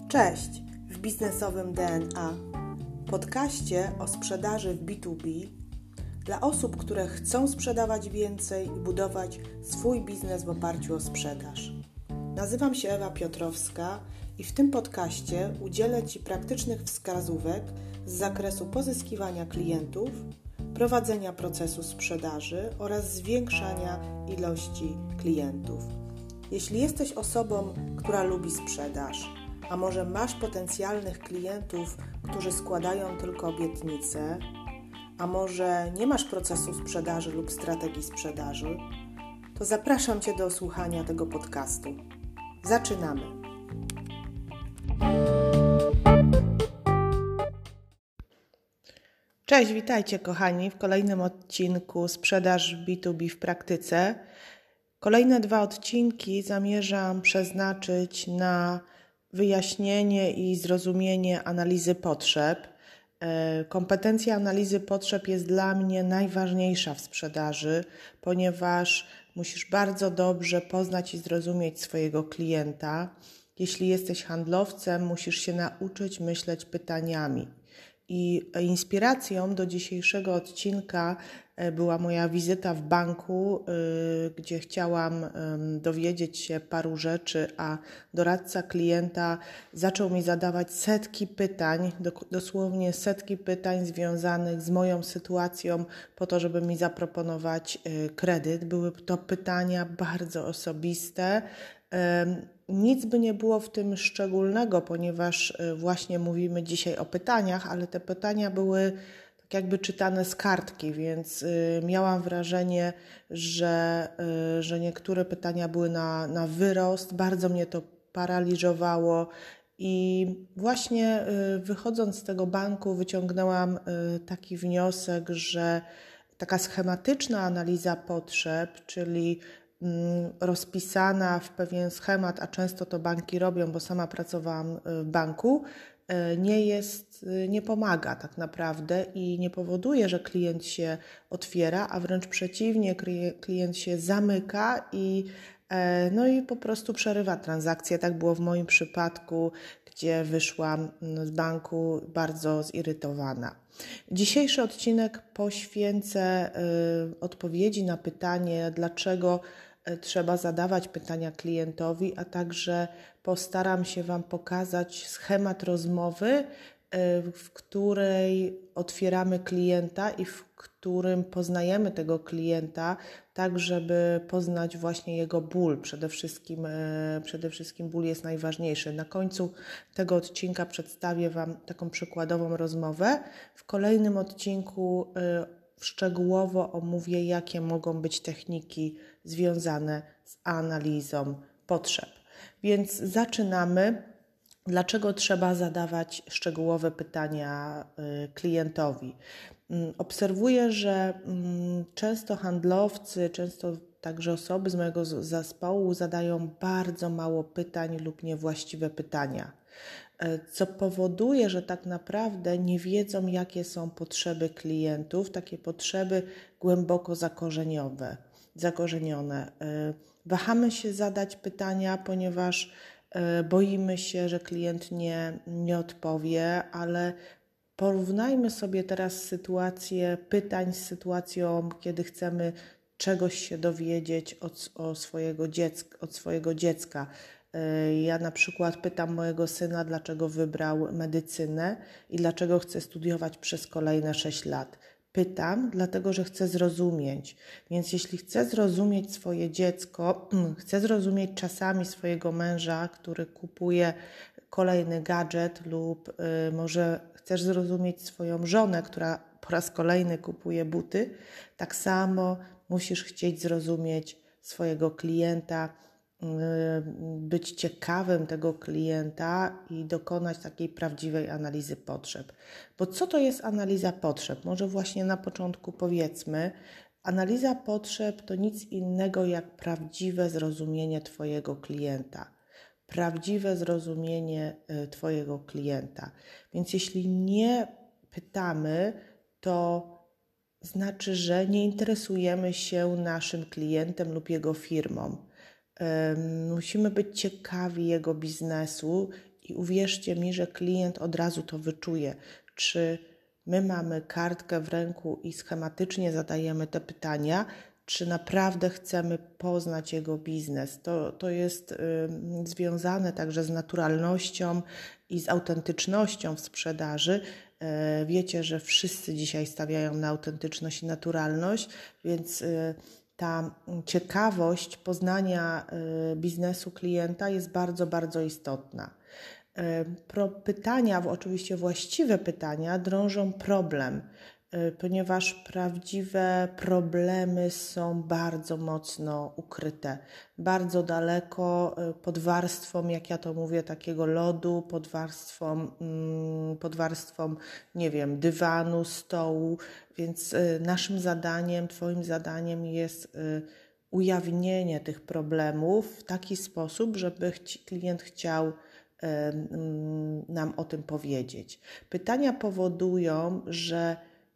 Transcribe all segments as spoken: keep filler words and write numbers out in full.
Cześć w biznesowym D N A, podcaście o sprzedaży w B dwa B dla osób, które chcą sprzedawać więcej i budować swój biznes w oparciu o sprzedaż. Nazywam się Ewa Piotrowska i w tym podcaście udzielę Ci praktycznych wskazówek z zakresu pozyskiwania klientów, prowadzenia procesu sprzedaży oraz zwiększania ilości klientów. Jeśli jesteś osobą, która lubi sprzedaż, a może masz potencjalnych klientów, którzy składają tylko obietnice, a może nie masz procesu sprzedaży lub strategii sprzedaży, to zapraszam Cię do słuchania tego podcastu. Zaczynamy! Cześć, witajcie kochani w kolejnym odcinku Sprzedaż B dwa B w praktyce. Kolejne dwa odcinki zamierzam przeznaczyć na wyjaśnienie i zrozumienie analizy potrzeb. Kompetencja analizy potrzeb jest dla mnie najważniejsza w sprzedaży, ponieważ musisz bardzo dobrze poznać i zrozumieć swojego klienta. Jeśli jesteś handlowcem, musisz się nauczyć myśleć pytaniami. I inspiracją do dzisiejszego odcinka była moja wizyta w banku, gdzie chciałam dowiedzieć się paru rzeczy, a doradca klienta zaczął mi zadawać setki pytań, dosłownie setki pytań związanych z moją sytuacją po to, żeby mi zaproponować kredyt. Były to pytania bardzo osobiste. Nic by nie było w tym szczególnego, ponieważ właśnie mówimy dzisiaj o pytaniach, ale te pytania były tak jakby czytane z kartki, więc miałam wrażenie, że, że niektóre pytania były na, na wyrost, bardzo mnie to paraliżowało i właśnie wychodząc z tego banku wyciągnęłam taki wniosek, że taka schematyczna analiza potrzeb, czyli rozpisana w pewien schemat, a często to banki robią, bo sama pracowałam w banku, nie jest, nie pomaga tak naprawdę i nie powoduje, że klient się otwiera, a wręcz przeciwnie, klient się zamyka i, no i po prostu przerywa transakcję. Tak było w moim przypadku, gdzie wyszłam z banku bardzo zirytowana. Dzisiejszy odcinek poświęcę y, odpowiedzi na pytanie, dlaczego trzeba zadawać pytania klientowi, a także postaram się Wam pokazać schemat rozmowy, w której otwieramy klienta i w którym poznajemy tego klienta, tak żeby poznać właśnie jego ból. Przede wszystkim, przede wszystkim ból jest najważniejszy. Na końcu tego odcinka przedstawię Wam taką przykładową rozmowę. W kolejnym odcinku szczegółowo omówię, jakie mogą być techniki związane z analizą potrzeb. Więc zaczynamy. Dlaczego trzeba zadawać szczegółowe pytania klientowi? Obserwuję, że często handlowcy, często także osoby z mojego zespołu zadają bardzo mało pytań lub niewłaściwe pytania, co powoduje, że tak naprawdę nie wiedzą, jakie są potrzeby klientów, takie potrzeby głęboko zakorzeniowe, zakorzenione. Wahamy się zadać pytania, ponieważ boimy się, że klient nie, nie odpowie, ale porównajmy sobie teraz sytuację pytań z sytuacją, kiedy chcemy czegoś się dowiedzieć od, o swojego dziecka, od swojego dziecka. Ja na przykład pytam mojego syna, dlaczego wybrał medycynę i dlaczego chce studiować przez kolejne sześć lat. Pytam, dlatego że chcę zrozumieć. Więc jeśli chcę zrozumieć swoje dziecko, chcę zrozumieć czasami swojego męża, który kupuje kolejny gadżet lub y, może chcesz zrozumieć swoją żonę, która po raz kolejny kupuje buty, tak samo musisz chcieć zrozumieć swojego klienta, być ciekawym tego klienta i dokonać takiej prawdziwej analizy potrzeb. Bo co to jest analiza potrzeb? Może właśnie na początku powiedzmy, analiza potrzeb to nic innego jak prawdziwe zrozumienie Twojego klienta. Prawdziwe zrozumienie Twojego klienta. Więc jeśli nie pytamy, to znaczy, że nie interesujemy się naszym klientem lub jego firmą. Musimy być ciekawi jego biznesu i I uwierzcie mi, że klient od razu to wyczuje, czy my mamy kartkę w ręku i schematycznie zadajemy te pytania, czy naprawdę chcemy poznać jego biznes. To, to jest y, związane także z naturalnością i z autentycznością w sprzedaży. Y, wiecie, że wszyscy dzisiaj stawiają na autentyczność i naturalność, więc y, ta ciekawość poznania y, biznesu klienta jest bardzo, bardzo istotna. Pro pytania, oczywiście właściwe pytania, drążą problem, ponieważ prawdziwe problemy są bardzo mocno ukryte, bardzo daleko pod warstwą, jak ja to mówię, takiego lodu, pod warstwą, pod warstwą, nie wiem, dywanu, stołu, więc naszym zadaniem, Twoim zadaniem jest ujawnienie tych problemów w taki sposób, żeby klient chciał nam o tym powiedzieć. Pytania powodują, że,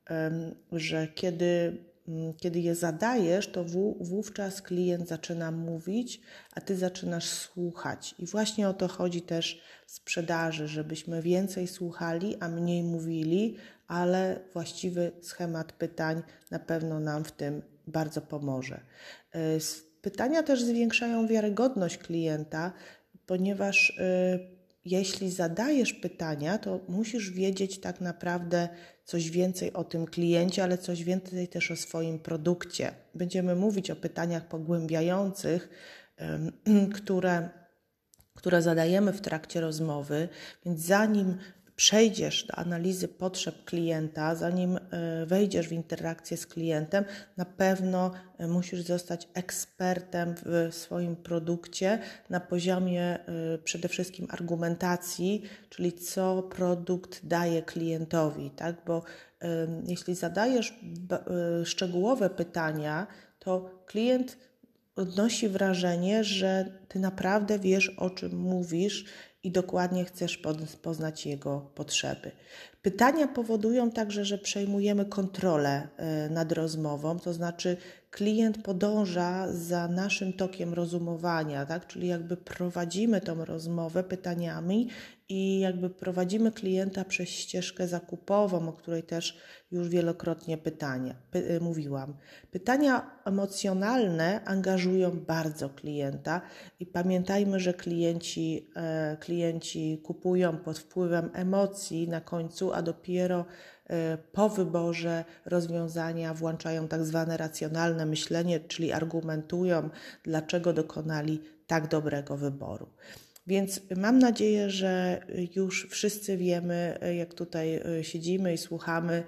że kiedy, kiedy je zadajesz, to wówczas klient zaczyna mówić, a Ty zaczynasz słuchać. I właśnie o to chodzi też w sprzedaży, żebyśmy więcej słuchali, a mniej mówili, ale właściwy schemat pytań na pewno nam w tym bardzo pomoże. Pytania też zwiększają wiarygodność klienta, ponieważ y, jeśli zadajesz pytania, to musisz wiedzieć tak naprawdę coś więcej o tym kliencie, ale coś więcej też o swoim produkcie. Będziemy mówić o pytaniach pogłębiających, y, które, które zadajemy w trakcie rozmowy, więc zanim przejdziesz do analizy potrzeb klienta, zanim wejdziesz w interakcję z klientem, na pewno musisz zostać ekspertem w swoim produkcie na poziomie przede wszystkim argumentacji, czyli co produkt daje klientowi, tak? Bo jeśli zadajesz szczegółowe pytania, to klient odnosi wrażenie, że Ty naprawdę wiesz, o czym mówisz i dokładnie chcesz poznać jego potrzeby. Pytania powodują także, że przejmujemy kontrolę nad rozmową, to znaczy klient podąża za naszym tokiem rozumowania, tak? Czyli jakby prowadzimy tą rozmowę pytaniami i jakby prowadzimy klienta przez ścieżkę zakupową, o której też już wielokrotnie pytania, py, mówiłam. Pytania emocjonalne angażują bardzo klienta i pamiętajmy, że klienci, e, klienci kupują pod wpływem emocji na końcu, a dopiero e, po wyborze rozwiązania włączają tak zwane racjonalne myślenie, czyli argumentują, dlaczego dokonali tak dobrego wyboru. Więc mam nadzieję, że już wszyscy wiemy, jak tutaj siedzimy i słuchamy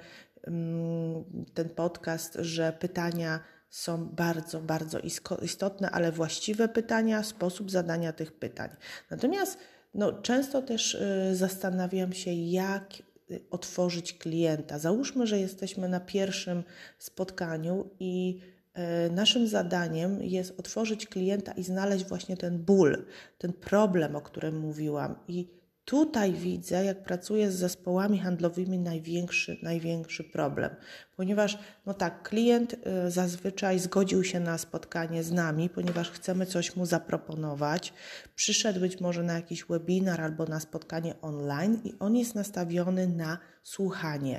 ten podcast, że pytania są bardzo, bardzo istotne, ale właściwe pytania, sposób zadania tych pytań. Natomiast no, często też zastanawiam się, jak otworzyć klienta. Załóżmy, że jesteśmy na pierwszym spotkaniu i naszym zadaniem jest otworzyć klienta i znaleźć właśnie ten ból, ten problem, o którym mówiłam. I tutaj widzę, jak pracuję z zespołami handlowymi, największy, największy problem. Ponieważ, no tak, klient zazwyczaj zgodził się na spotkanie z nami, ponieważ chcemy coś mu zaproponować. Przyszedł być może na jakiś webinar albo na spotkanie online i on jest nastawiony na słuchanie.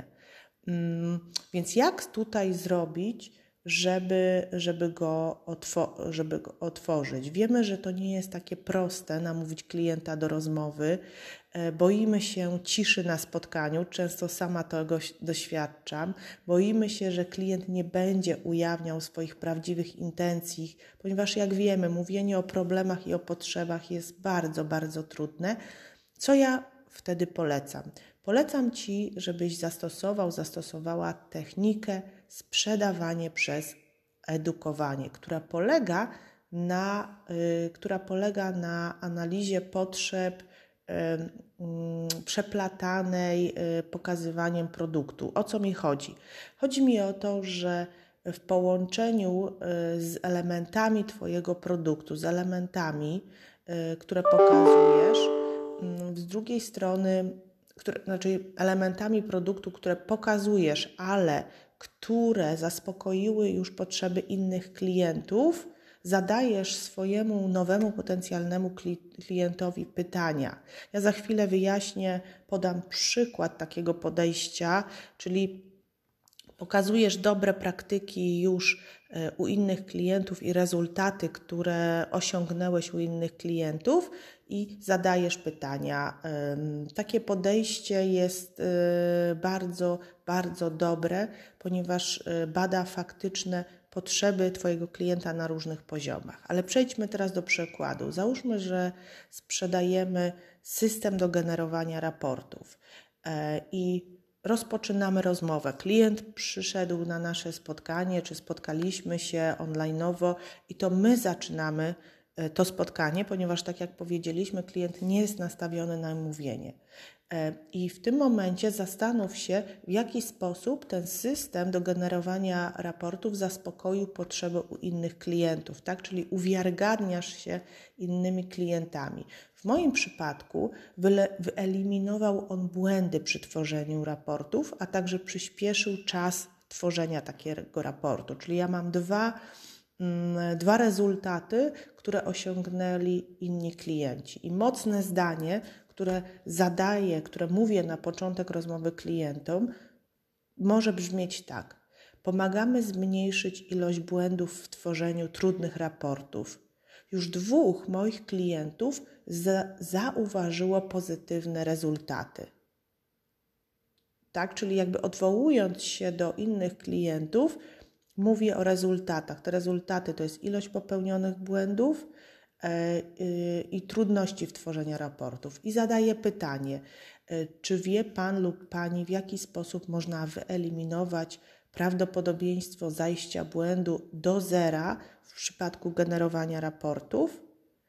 Więc jak tutaj zrobić, żeby, żeby, go otwo- żeby go otworzyć. Wiemy, że to nie jest takie proste namówić klienta do rozmowy. Boimy się ciszy na spotkaniu, często sama tego doświadczam. Boimy się, że klient nie będzie ujawniał swoich prawdziwych intencji, ponieważ jak wiemy, mówienie o problemach i o potrzebach jest bardzo, bardzo trudne. Co ja wtedy polecam? Polecam Ci, żebyś zastosował, zastosowała technikę sprzedawanie przez edukowanie, która polega na, y, która polega na analizie potrzeb y, y, przeplatanej y, pokazywaniem produktu. O co mi chodzi? Chodzi mi o to, że w połączeniu y, z elementami Twojego produktu, z elementami, y, które pokazujesz, y, z drugiej strony Które, znaczy elementami produktu, które pokazujesz, ale które zaspokoiły już potrzeby innych klientów, zadajesz swojemu nowemu potencjalnemu klientowi pytania. Ja za chwilę wyjaśnię, podam przykład takiego podejścia, czyli pokazujesz dobre praktyki już u innych klientów i rezultaty, które osiągnąłeś u innych klientów i zadajesz pytania. Takie podejście jest bardzo, bardzo dobre, ponieważ bada faktyczne potrzeby Twojego klienta na różnych poziomach. Ale przejdźmy teraz do przykładu. Załóżmy, że sprzedajemy system do generowania raportów i rozpoczynamy rozmowę. Klient przyszedł na nasze spotkanie, czy spotkaliśmy się online'owo i to my zaczynamy to spotkanie, ponieważ tak jak powiedzieliśmy, klient nie jest nastawiony na mówienie. I w tym momencie zastanów się, w jaki sposób ten system do generowania raportów zaspokoił potrzeby u innych klientów, tak? Czyli uwiarygadniasz się innymi klientami. W moim przypadku wyeliminował on błędy przy tworzeniu raportów, a także przyspieszył czas tworzenia takiego raportu. Czyli ja mam dwa, mm, dwa rezultaty, które osiągnęli inni klienci. I mocne zdanie, które zadaję, które mówię na początek rozmowy klientom, może brzmieć tak. Pomagamy zmniejszyć ilość błędów w tworzeniu trudnych raportów. Już dwóch moich klientów za, zauważyło pozytywne rezultaty. Tak, czyli jakby odwołując się do innych klientów, mówię o rezultatach. Te rezultaty to jest ilość popełnionych błędów i trudności w tworzeniu raportów. I zadaję pytanie, czy wie Pan lub Pani, w jaki sposób można wyeliminować prawdopodobieństwo zajścia błędu do zera w przypadku generowania raportów?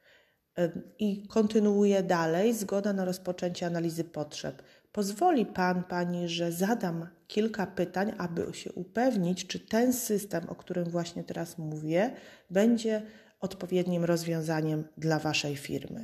I kontynuuję dalej. Zgoda na rozpoczęcie analizy potrzeb. Pozwoli Pan, Pani, że zadam kilka pytań, aby się upewnić, czy ten system, o którym właśnie teraz mówię, będzie odpowiednim rozwiązaniem dla Waszej firmy.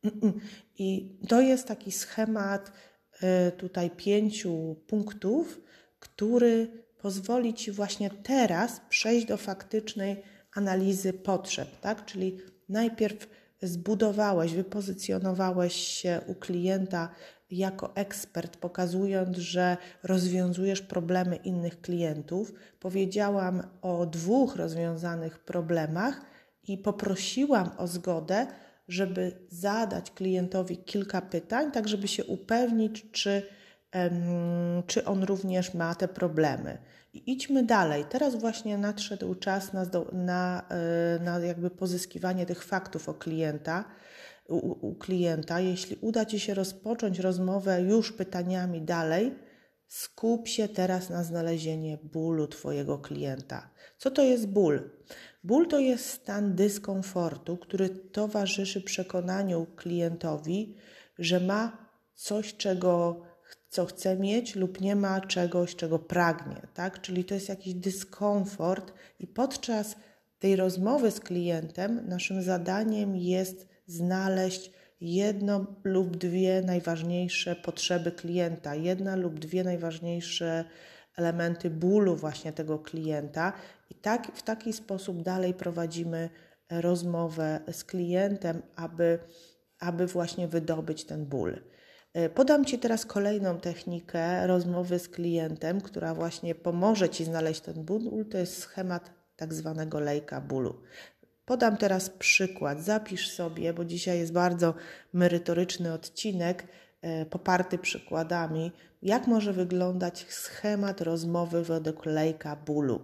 I to jest taki schemat tutaj pięciu punktów, który pozwoli Ci właśnie teraz przejść do faktycznej analizy potrzeb, tak? Czyli najpierw zbudowałeś, wypozycjonowałeś się u klienta jako ekspert, pokazując, że rozwiązujesz problemy innych klientów. Powiedziałam o dwóch rozwiązanych problemach i poprosiłam o zgodę, żeby zadać klientowi kilka pytań, tak żeby się upewnić, czy, um, czy on również ma te problemy. I idźmy dalej. Teraz właśnie nadszedł czas na, na, na jakby pozyskiwanie tych faktów o klienta, u, u klienta. Jeśli uda Ci się rozpocząć rozmowę już pytaniami dalej, skup się teraz na znalezieniu bólu Twojego klienta. Co to jest ból? Ból to jest stan dyskomfortu, który towarzyszy przekonaniu klientowi, że ma coś, czego co chce mieć lub nie ma czegoś, czego pragnie, tak? Czyli to jest jakiś dyskomfort i podczas tej rozmowy z klientem naszym zadaniem jest znaleźć jedno lub dwie najważniejsze potrzeby klienta, jedna lub dwie najważniejsze elementy bólu właśnie tego klienta i tak, w taki sposób dalej prowadzimy rozmowę z klientem, aby, aby właśnie wydobyć ten ból. Podam Ci teraz kolejną technikę rozmowy z klientem, która właśnie pomoże Ci znaleźć ten ból. To jest schemat tak zwanego lejka bólu. Podam teraz przykład. Zapisz sobie, bo dzisiaj jest bardzo merytoryczny odcinek, poparty przykładami, jak może wyglądać schemat rozmowy według lejka bólu.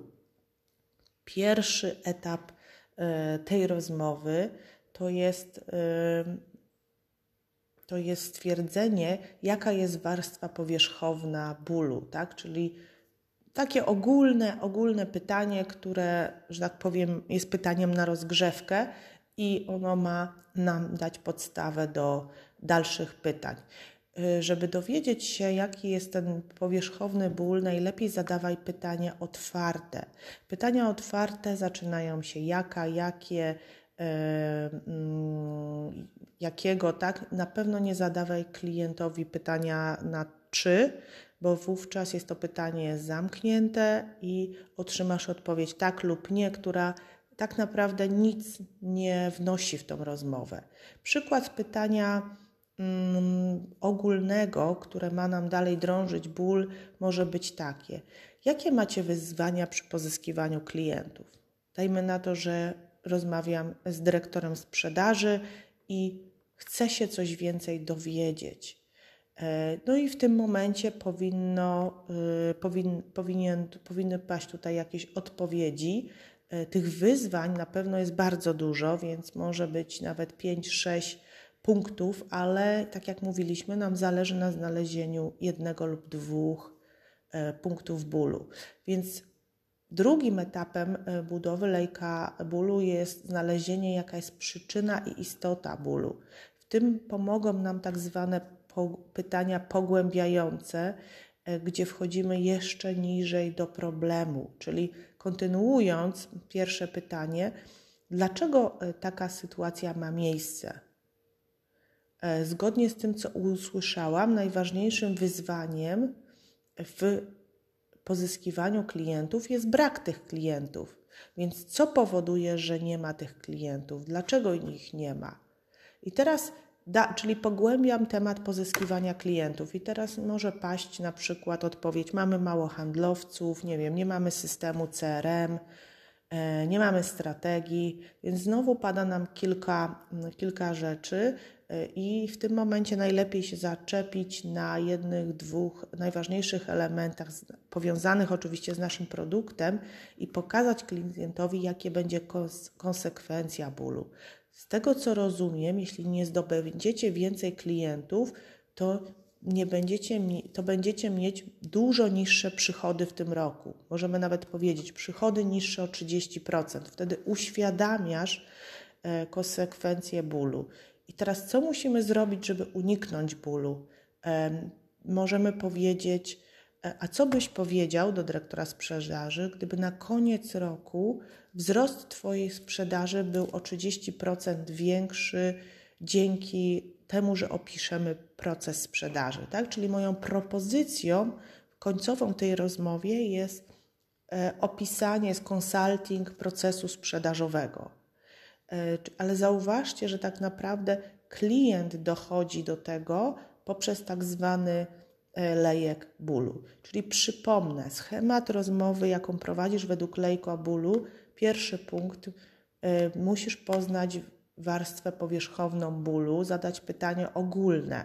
Pierwszy etap tej rozmowy to jest to jest stwierdzenie, jaka jest warstwa powierzchowna bólu, tak? Czyli takie ogólne, ogólne pytanie, które, że tak powiem, jest pytaniem na rozgrzewkę i ono ma nam dać podstawę do dalszych pytań. Żeby dowiedzieć się, jaki jest ten powierzchowny ból, najlepiej zadawaj pytania otwarte. Pytania otwarte zaczynają się jaka, jakie, jakiego, tak? Na pewno nie zadawaj klientowi pytania na czy, bo wówczas jest to pytanie zamknięte i otrzymasz odpowiedź tak lub nie, która tak naprawdę nic nie wnosi w tą rozmowę. Przykład pytania mm, ogólnego, które ma nam dalej drążyć ból, może być takie. Jakie macie wyzwania przy pozyskiwaniu klientów? Dajmy na to, że rozmawiam z dyrektorem sprzedaży i chcę się coś więcej dowiedzieć. No i w tym momencie powinno, powin, powinien, powinny paść tutaj jakieś odpowiedzi. Tych wyzwań na pewno jest bardzo dużo, więc może być nawet pięć sześć punktów, ale tak jak mówiliśmy, nam zależy na znalezieniu jednego lub dwóch punktów bólu. Więc drugim etapem budowy lejka bólu jest znalezienie, jaka jest przyczyna i istota bólu. W tym pomogą nam tak zwane pytania pogłębiające, gdzie wchodzimy jeszcze niżej do problemu, czyli kontynuując pierwsze pytanie, dlaczego taka sytuacja ma miejsce? Zgodnie z tym, co usłyszałam, najważniejszym wyzwaniem w pozyskiwaniu klientów jest brak tych klientów. Więc co powoduje, że nie ma tych klientów? Dlaczego ich nie ma? I teraz, da, czyli pogłębiam temat pozyskiwania klientów i teraz może paść na przykład odpowiedź, mamy mało handlowców, nie wiem, nie mamy systemu C R M, nie mamy strategii, więc znowu pada nam kilka, kilka rzeczy i w tym momencie najlepiej się zaczepić na jednych, dwóch najważniejszych elementach powiązanych oczywiście z naszym produktem i pokazać klientowi, jakie będzie konsekwencja bólu. Z tego, co rozumiem, jeśli nie zdobędziecie więcej klientów, to nie będziecie, to będziecie mieć dużo niższe przychody w tym roku. Możemy nawet powiedzieć, przychody niższe o trzydzieści procent. Wtedy uświadamiasz e, konsekwencje bólu. I teraz co musimy zrobić, żeby uniknąć bólu? E, możemy powiedzieć, e, a co byś powiedział do dyrektora sprzedaży, gdyby na koniec roku wzrost Twojej sprzedaży był o trzydzieści procent większy dzięki temu, że opiszemy proces sprzedaży, tak? Czyli moją propozycją końcową tej rozmowie jest e, opisanie, jest consulting procesu sprzedażowego. E, ale zauważcie, że tak naprawdę klient dochodzi do tego poprzez tak zwany e, lejek bólu. Czyli przypomnę, schemat rozmowy, jaką prowadzisz według lejka bólu, pierwszy punkt, e, musisz poznać warstwę powierzchowną bólu, zadać pytanie ogólne.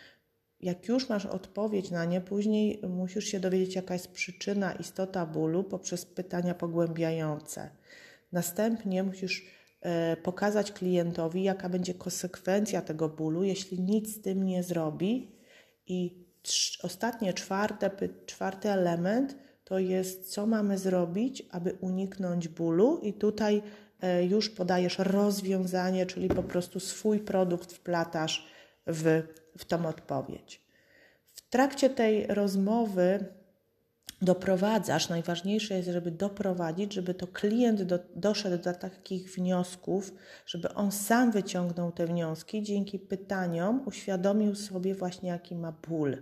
Jak już masz odpowiedź na nie, później musisz się dowiedzieć, jaka jest przyczyna, istota bólu poprzez pytania pogłębiające. Następnie musisz e, pokazać klientowi, jaka będzie konsekwencja tego bólu, jeśli nic z tym nie zrobi. I trz, ostatnie, czwarte, czwarty element to jest, co mamy zrobić, aby uniknąć bólu i tutaj już podajesz rozwiązanie, czyli po prostu swój produkt wplatasz w, w tą odpowiedź. W trakcie tej rozmowy doprowadzasz, najważniejsze jest, żeby doprowadzić, żeby to klient do, doszedł do takich wniosków, żeby on sam wyciągnął te wnioski, dzięki pytaniom uświadomił sobie właśnie, jaki ma ból.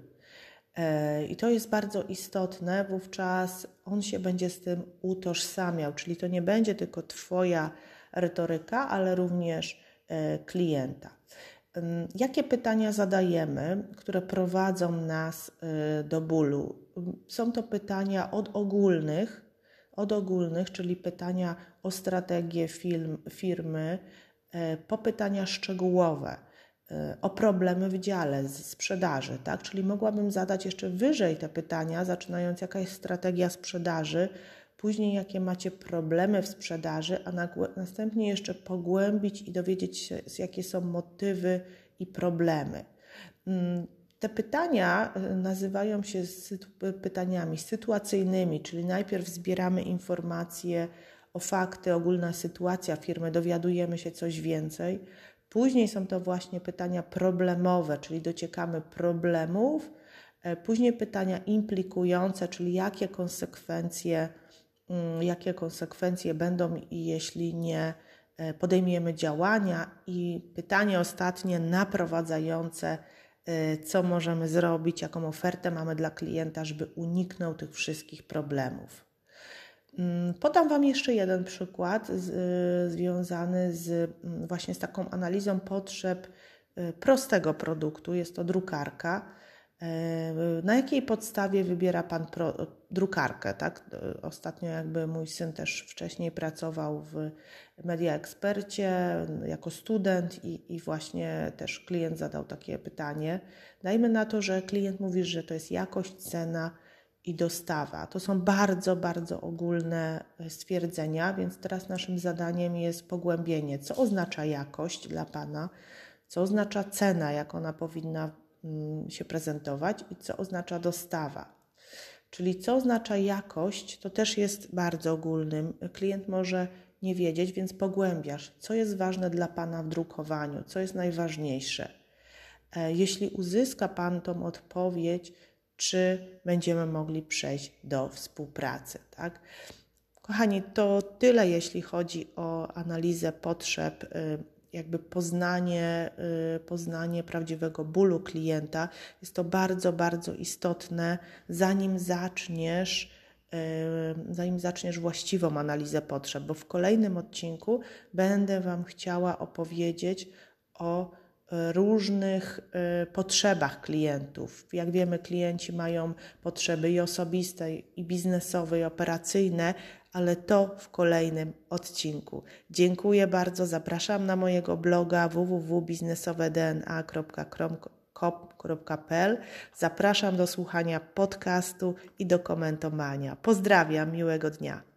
I to jest bardzo istotne, wówczas on się będzie z tym utożsamiał, czyli to nie będzie tylko Twoja retoryka, ale również klienta. Jakie pytania zadajemy, które prowadzą nas do bólu? Są to pytania od ogólnych, od ogólnych, czyli pytania o strategię firm, firmy, po pytania szczegółowe, o problemy w dziale z sprzedaży, tak? Czyli mogłabym zadać jeszcze wyżej te pytania, zaczynając jaka jest strategia sprzedaży, później jakie macie problemy w sprzedaży, a następnie jeszcze pogłębić i dowiedzieć się, jakie są motywy i problemy. Te pytania nazywają się pytaniami sytuacyjnymi, czyli najpierw zbieramy informacje o fakty, ogólna sytuacja firmy, dowiadujemy się coś więcej. Później są to właśnie pytania problemowe, czyli dociekamy problemów. Później pytania implikujące, czyli jakie konsekwencje, jakie konsekwencje będą, jeśli nie podejmiemy działania. I pytanie ostatnie naprowadzające, co możemy zrobić, jaką ofertę mamy dla klienta, żeby uniknął tych wszystkich problemów. Podam Wam jeszcze jeden przykład z, związany z, właśnie z taką analizą potrzeb prostego produktu. Jest to drukarka. Na jakiej podstawie wybiera Pan pro, drukarkę? Tak? Ostatnio jakby mój syn też wcześniej pracował w Media Expercie jako student i, i właśnie też klient zadał takie pytanie. Dajmy na to, że klient mówi, że to jest jakość, cena i dostawa. To są bardzo, bardzo ogólne stwierdzenia, więc teraz naszym zadaniem jest pogłębienie, co oznacza jakość dla Pana, co oznacza cena, jak ona powinna się prezentować i co oznacza dostawa. Czyli co oznacza jakość, to też jest bardzo ogólnym. Klient może nie wiedzieć, więc pogłębiasz, co jest ważne dla Pana w drukowaniu, co jest najważniejsze. Jeśli uzyska Pan tą odpowiedź, czy będziemy mogli przejść do współpracy, tak? Kochani, to tyle, jeśli chodzi o analizę potrzeb, jakby poznanie, poznanie prawdziwego bólu klienta. Jest to bardzo, bardzo istotne, zanim zaczniesz, zanim zaczniesz właściwą analizę potrzeb, bo w kolejnym odcinku będę Wam chciała opowiedzieć o różnych potrzebach klientów. Jak wiemy, klienci mają potrzeby i osobiste, i biznesowe, i operacyjne, ale to w kolejnym odcinku. Dziękuję bardzo. Zapraszam na mojego bloga w w w kropka biznesowe d n a kropka com kropka p l. Zapraszam do słuchania podcastu i do komentowania. Pozdrawiam, miłego dnia.